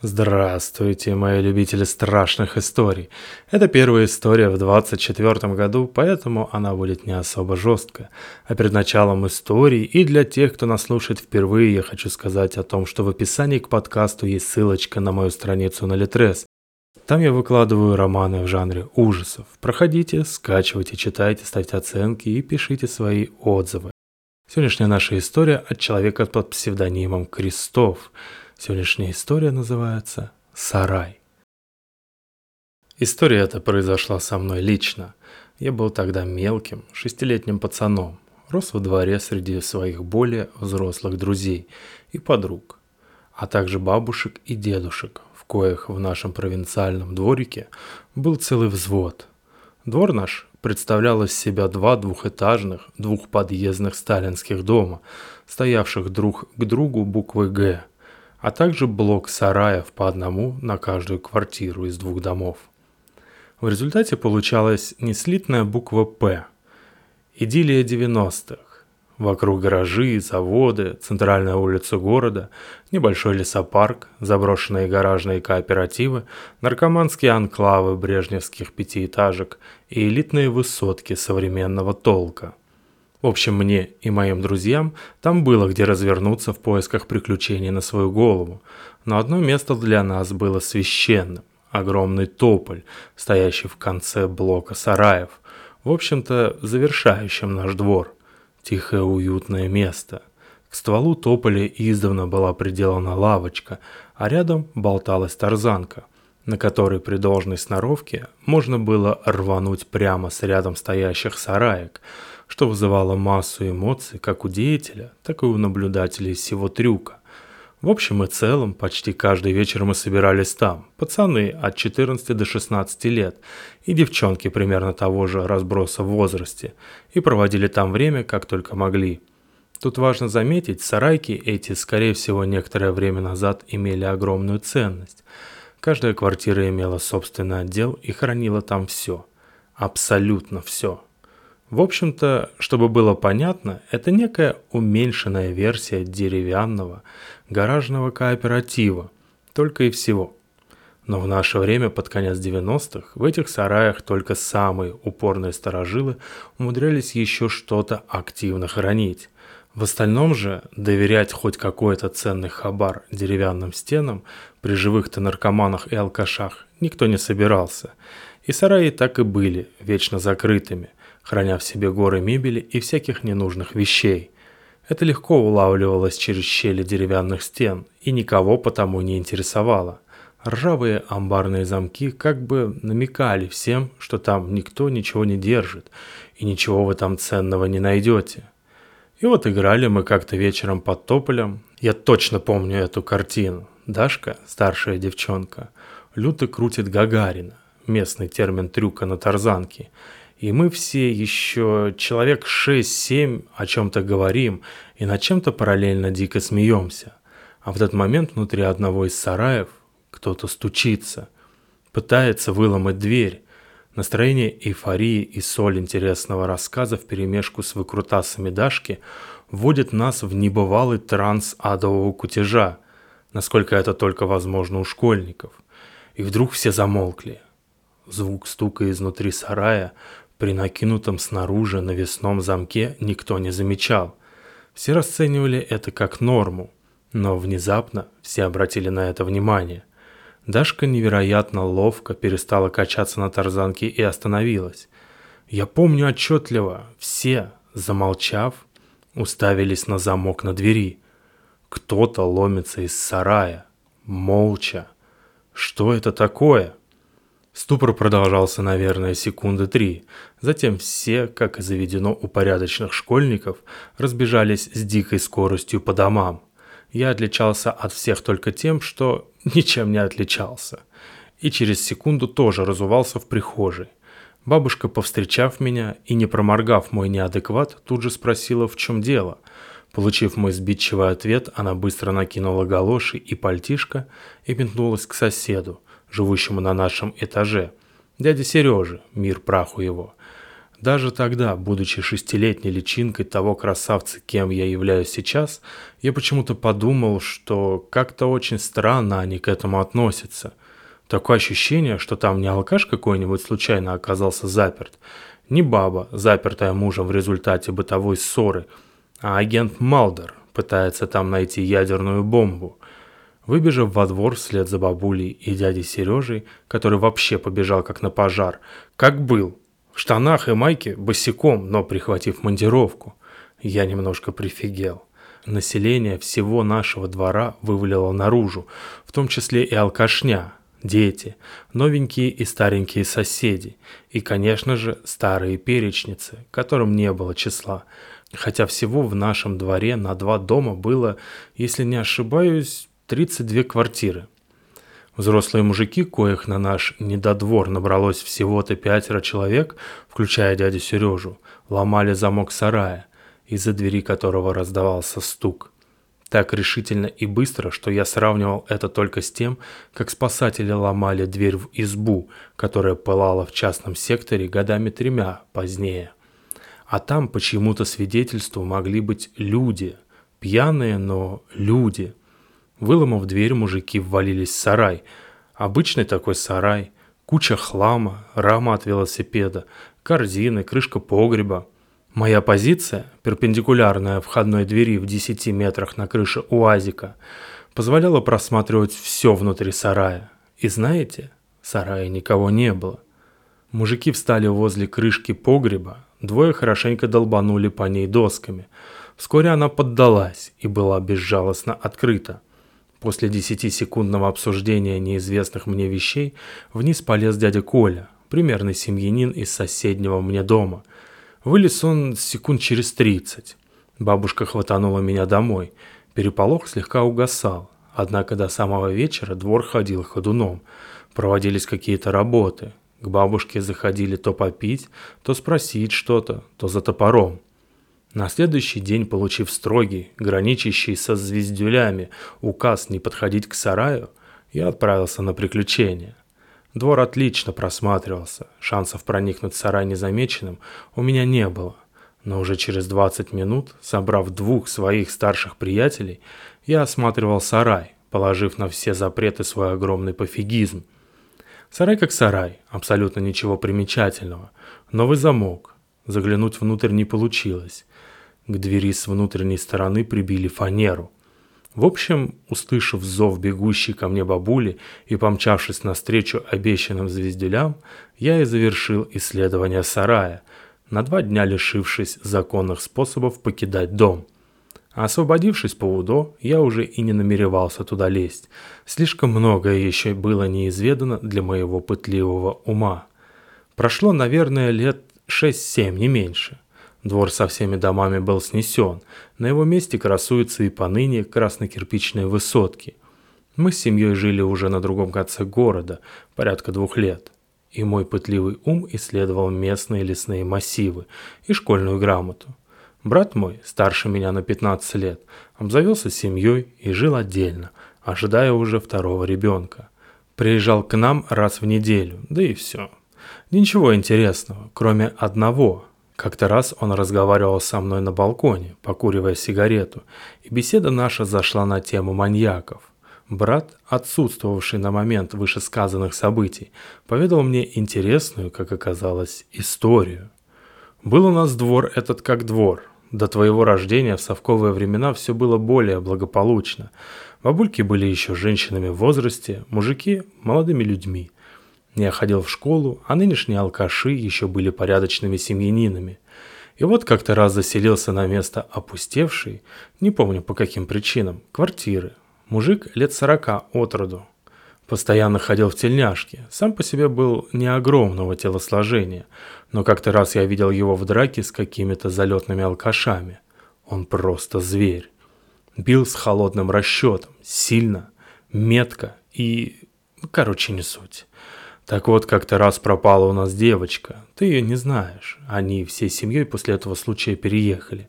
Здравствуйте, мои любители страшных историй. Это первая история в 24 году, поэтому она будет не особо жесткая. А перед началом истории и для тех, кто нас слушает впервые, я хочу сказать о том, что в описании к подкасту есть ссылочка на мою страницу на Литрес. Там я выкладываю романы в жанре ужасов. Проходите, скачивайте, читайте, ставьте оценки и пишите свои отзывы. Сегодняшняя наша история от человека под псевдонимом Крестов. Сегодняшняя история называется «Сарай». История эта произошла со мной лично. Я был тогда мелким, 6-летним пацаном. Рос во дворе среди своих более взрослых друзей и подруг, а также бабушек и дедушек, в коих в нашем провинциальном дворике был целый взвод. Двор наш представлял из себя два двухэтажных, двухподъездных сталинских дома, стоявших друг к другу буквой «Г», а также блок сараев по одному на каждую квартиру из двух домов. В результате получалась неслитная буква «П». Идиллия 90-х. Вокруг гаражи, заводы, центральная улица города, небольшой лесопарк, заброшенные гаражные кооперативы, наркоманские анклавы брежневских пятиэтажек и элитные высотки современного толка. В общем, мне и моим друзьям там было где развернуться в поисках приключений на свою голову, но одно место для нас было священным – огромный тополь, стоящий в конце блока сараев, в общем-то, завершающим наш двор. Тихое уютное место. К стволу тополя издавна была приделана лавочка, а рядом болталась тарзанка, на которой при должной сноровке можно было рвануть прямо с рядом стоящих сараек, что вызывало массу эмоций как у деятеля, так и у наблюдателей всего трюка. В общем и целом, почти каждый вечер мы собирались там, пацаны от 14 до 16 лет и девчонки примерно того же разброса в возрасте, и проводили там время как только могли. Тут важно заметить, сарайки эти, скорее всего, некоторое время назад имели огромную ценность. Каждая квартира имела собственный отдел и хранила там все. Абсолютно все. В общем-то, чтобы было понятно, это некая уменьшенная версия деревянного гаражного кооператива, только и всего. Но в наше время, под конец 90-х, в этих сараях только самые упорные старожилы умудрялись еще что-то активно хранить. В остальном же доверять хоть какой-то ценный хабар деревянным стенам при живых-то наркоманах и алкашах никто не собирался. И сараи так и были вечно закрытыми, храня в себе горы мебели и всяких ненужных вещей. Это легко улавливалось через щели деревянных стен и никого потому не интересовало. Ржавые амбарные замки как бы намекали всем, что там никто ничего не держит и ничего вы там ценного не найдете. И вот играли мы как-то вечером под тополем. Я точно помню эту картину. Дашка, старшая девчонка, люто крутит Гагарина, местный термин трюка на тарзанке. И мы все еще человек 6-7 о чем-то говорим и над чем-то параллельно дико смеемся. А в этот момент внутри одного из сараев кто-то стучится, пытается выломать дверь. Настроение эйфории и соль интересного рассказа вперемешку с выкрутасами Дашки вводит нас в небывалый транс адового кутежа, насколько это только возможно у школьников. И вдруг все замолкли. Звук стука изнутри сарая при накинутом снаружи навесном замке никто не замечал. Все расценивали это как норму, но внезапно все обратили на это внимание. Дашка невероятно ловко перестала качаться на тарзанке и остановилась. Я помню отчетливо, все, замолчав, уставились на замок на двери. Кто-то ломится из сарая, молча. Что это такое? Ступор продолжался, наверное, секунды 3. Затем все, как и заведено у порядочных школьников, разбежались с дикой скоростью по домам. Я отличался от всех только тем, что ничем не отличался. И через секунду тоже разувался в прихожей. Бабушка, повстречав меня и не проморгав мой неадекват, тут же спросила, в чем дело. Получив мой сбивчивый ответ, она быстро накинула галоши и пальтишко и метнулась к соседу, живущему на нашем этаже, дяде Сереже, мир праху его. Даже тогда, будучи шестилетней личинкой того красавца, кем я являюсь сейчас, я почему-то подумал, что как-то очень странно они к этому относятся. Такое ощущение, что там не алкаш какой-нибудь случайно оказался заперт, не баба, запертая мужем в результате бытовой ссоры, а агент Малдер пытается там найти ядерную бомбу. Выбежав во двор вслед за бабулей и дядей Сережей, который вообще побежал как на пожар, как был, в штанах и майке, босиком, но прихватив монтировку, я немножко прифигел. Население всего нашего двора вывалило наружу, в том числе и алкашня, дети, новенькие и старенькие соседи, и, конечно же, старые перечницы, которым не было числа. Хотя всего в нашем дворе на 2 дома было, если не ошибаюсь, 32 квартиры. Взрослые мужики, коих на наш недодвор набралось всего-то 5 человек, включая дядю Сережу, ломали замок сарая, из-за двери которого раздавался стук. Так решительно и быстро, что я сравнивал это только с тем, как спасатели ломали дверь в избу, которая пылала в частном секторе годами 3 позднее. А там по чьему-то свидетельству могли быть люди, пьяные, но люди. Выломав дверь, мужики ввалились в сарай. Обычный такой сарай, куча хлама, рама от велосипеда, корзины, крышка погреба. Моя позиция, перпендикулярная входной двери в 10 метрах на крыше УАЗика, позволяла просматривать все внутри сарая. И знаете, в сарае никого не было. Мужики встали возле крышки погреба, 2 хорошенько долбанули по ней досками. Вскоре она поддалась и была безжалостно открыта. После 10-секундного обсуждения неизвестных мне вещей вниз полез дядя Коля, примерный семьянин из соседнего мне дома. Вылез он секунд через 30. Бабушка хватанула меня домой. Переполох слегка угасал, однако до самого вечера двор ходил ходуном. Проводились какие-то работы. К бабушке заходили то попить, то спросить что-то, то за топором. На следующий день, получив строгий, граничащий со звездюлями указ не подходить к сараю, я отправился на приключения. Двор отлично просматривался, шансов проникнуть в сарай незамеченным у меня не было. Но уже через 20 минут, собрав 2 своих старших приятелей, я осматривал сарай, положив на все запреты свой огромный пофигизм. Сарай как сарай, абсолютно ничего примечательного. Новый замок. Заглянуть внутрь не получилось. К двери с внутренней стороны прибили фанеру. В общем, услышав зов бегущей ко мне бабули и помчавшись навстречу обещанным звездюлям, я и завершил исследование сарая, на 2 дня лишившись законных способов покидать дом. А освободившись по УДО, я уже и не намеревался туда лезть. Слишком многое еще было неизведано для моего пытливого ума. Прошло, наверное, лет 6-7, не меньше. Двор со всеми домами был снесен. На его месте красуются и поныне красно-кирпичные высотки. Мы с семьей жили уже на другом конце города, порядка 2 лет. И мой пытливый ум исследовал местные лесные массивы и школьную грамоту. Брат мой, старше меня на 15 лет, обзавелся семьей и жил отдельно, ожидая уже 2-го ребенка. Приезжал к нам раз в неделю, да и все. Ничего интересного, кроме одного. Как-то раз он разговаривал со мной на балконе, покуривая сигарету, и беседа наша зашла на тему маньяков. Брат, отсутствовавший на момент вышесказанных событий, поведал мне интересную, как оказалось, историю. Был у нас двор этот как двор. До твоего рождения в совковые времена все было более благополучно. Бабульки были еще женщинами в возрасте, мужики – молодыми людьми. Я ходил в школу, а нынешние алкаши еще были порядочными семьянинами. И вот как-то раз заселился на место опустевшей, не помню по каким причинам, квартиры. Мужик лет 40 от роду. Постоянно ходил в тельняшке, сам по себе был не огромного телосложения, но как-то раз я видел его в драке с какими-то залетными алкашами. Он просто зверь. Бил с холодным расчетом, сильно, метко и... короче, не суть. Так вот, как-то раз пропала у нас девочка. Ты ее не знаешь. Они всей семьей после этого случая переехали.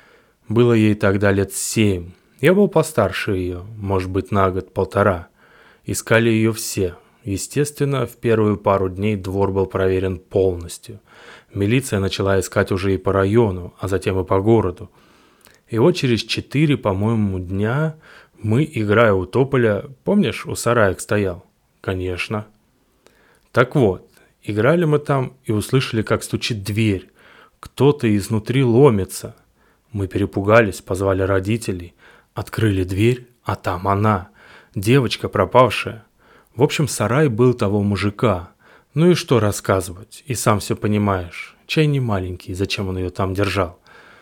Было ей тогда лет 7. Я был постарше ее, может быть, на 1-1.5. Искали ее все. Естественно, в первые пару дней двор был проверен полностью. Милиция начала искать уже и по району, а затем и по городу. И вот через 4, по-моему, дня мы, играя у тополя, помнишь, у сараек стоял? Конечно. Так вот, играли мы там и услышали, как стучит дверь. Кто-то изнутри ломится. Мы перепугались, позвали родителей, открыли дверь, а там она, девочка пропавшая. В общем, сарай был того мужика. Ну и что рассказывать, и сам все понимаешь. Чай не маленький, зачем он ее там держал.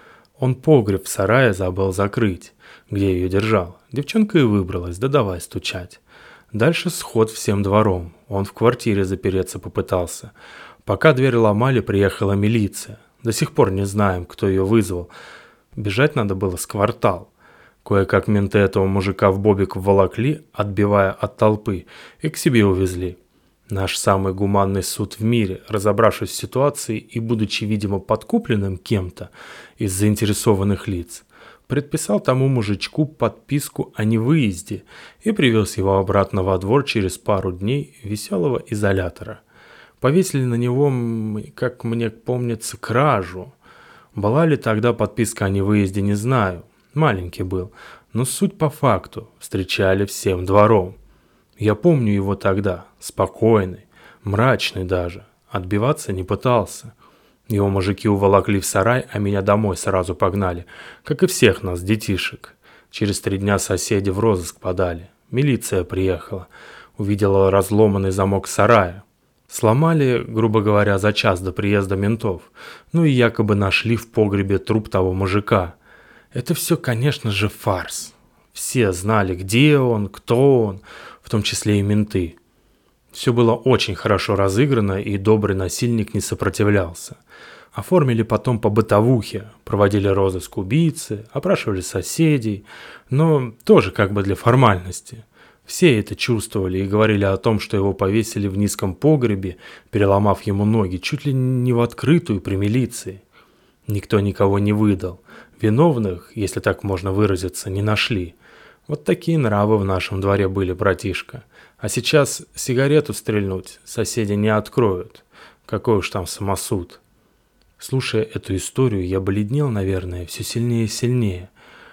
Он погреб в сарае забыл закрыть, где ее держал. Девчонка и выбралась, да давай стучать. Дальше сход всем двором. Он в квартире запереться попытался. Пока дверь ломали, приехала милиция. До сих пор не знаем, кто ее вызвал. Бежать надо было с квартал. Кое-как менты этого мужика в бобик вволокли, отбивая от толпы, и к себе увезли. Наш самый гуманный суд в мире, разобравшись в ситуации и будучи, видимо, подкупленным кем-то из заинтересованных лиц, предписал тому мужичку подписку о невыезде и привез его обратно во двор через пару дней веселого изолятора. Повесили на него, как мне помнится, кражу. Была ли тогда подписка о невыезде, не знаю. Маленький был. Но суть по факту. Встречали всем двором. Я помню его тогда. Спокойный. Мрачный даже. Отбиваться не пытался. Его мужики уволокли в сарай, а меня домой сразу погнали. Как и всех нас, детишек. Через 3 дня соседи в розыск подали. Милиция приехала. Увидела разломанный замок сарая. Сломали, грубо говоря, за час до приезда ментов. Ну и якобы нашли в погребе труп того мужика. Это все, конечно же, фарс. Все знали, где он, кто он, в том числе и менты. Все было очень хорошо разыграно, и добрый насильник не сопротивлялся. Оформили потом по бытовухе, проводили розыск убийцы, опрашивали соседей, но тоже как бы для формальности. Все это чувствовали и говорили о том, что его повесили в низком погребе, переломав ему ноги, чуть ли не в открытую при милиции. Никто никого не выдал. Виновных, если так можно выразиться, не нашли. Вот такие нравы в нашем дворе были, братишка. А сейчас сигарету стрельнуть соседи не откроют. Какой уж там самосуд. Слушая эту историю, я бледнел, наверное, все сильнее и сильнее.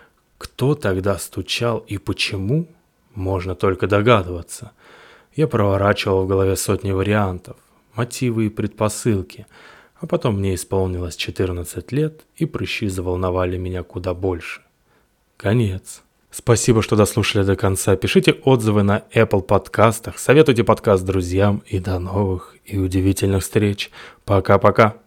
Кто тогда стучал и почему, можно только догадываться. Я проворачивал в голове сотни вариантов, мотивы и предпосылки. А потом мне исполнилось 14 лет, и прыщи заволновали меня куда больше. Конец. Спасибо, что дослушали до конца. Пишите отзывы на Apple подкастах, советуйте подкаст друзьям, и до новых и удивительных встреч. Пока-пока.